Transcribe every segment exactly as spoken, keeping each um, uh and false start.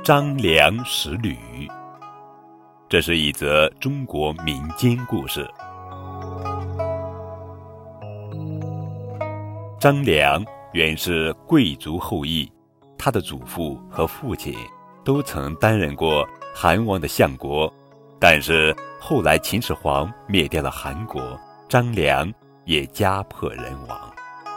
张良识吕。这是一则中国民间故事。张良原是贵族后裔，他的祖父和父亲都曾担任过韩王的相国，但是后来秦始皇灭掉了韩国，张良也家破人亡。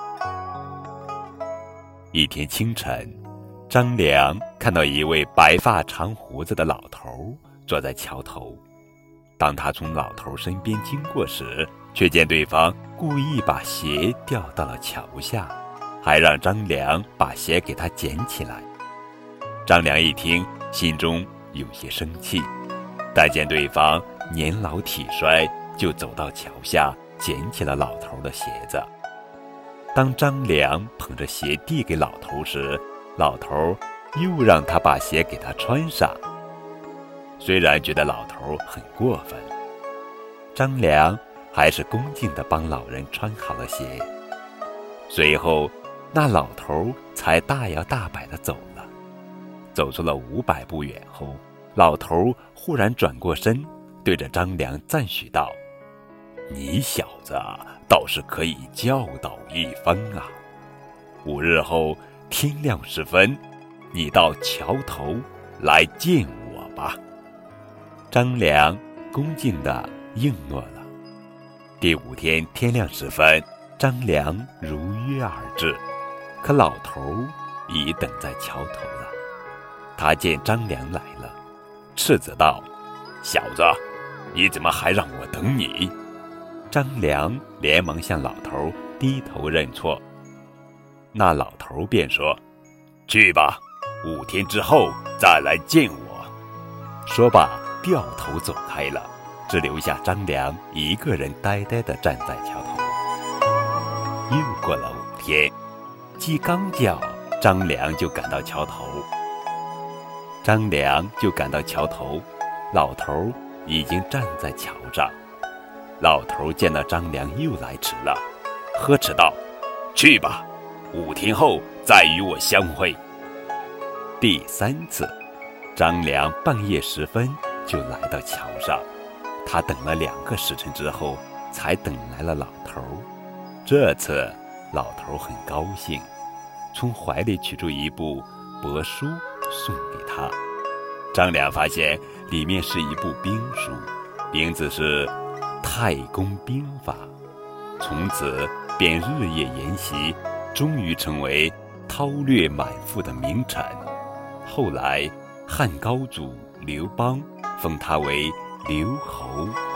一天清晨，张良看到一位白发长胡子的老头坐在桥头。当他从老头身边经过时，却见对方故意把鞋掉到了桥下，还让张良把鞋给他捡起来。张良一听，心中有些生气，但见对方年老体衰，就走到桥下捡起了老头的鞋子。当张良捧着鞋递给老头时，老头又让他把鞋给他穿上。虽然觉得老头很过分，张良还是恭敬地帮老人穿好了鞋。随后那老头才大摇大摆地走了。走出了五百步远后，老头忽然转过身，对着张良赞许道：你小子倒是可以教导一番啊！五日后天亮时分，你到桥头来见我吧。张良恭敬地应诺了。第五天天亮时分，张良如约而至，可老头已等在桥头了。他见张良来了，斥责道：小子，你怎么还让我等你？张良连忙向老头低头认错。那老头便说：去吧，五天之后再来见我。说罢掉头走开了，只留下张良一个人呆呆地站在桥头。又过了五天，鸡刚叫，张良就赶到桥头。张良就赶到桥头，老头已经站在桥上。老头见到张良又来迟了，呵斥道：去吧，五天后再与我相会。第三次，张良半夜时分就来到桥上，他等了两个时辰之后，才等来了老头。这次老头很高兴，从怀里取出一部帛书送给他。张良发现里面是一部兵书，名字是《太公兵法》，从此便日夜研习，终于成为韬略满腹的名臣。后来汉高祖刘邦封他为刘侯。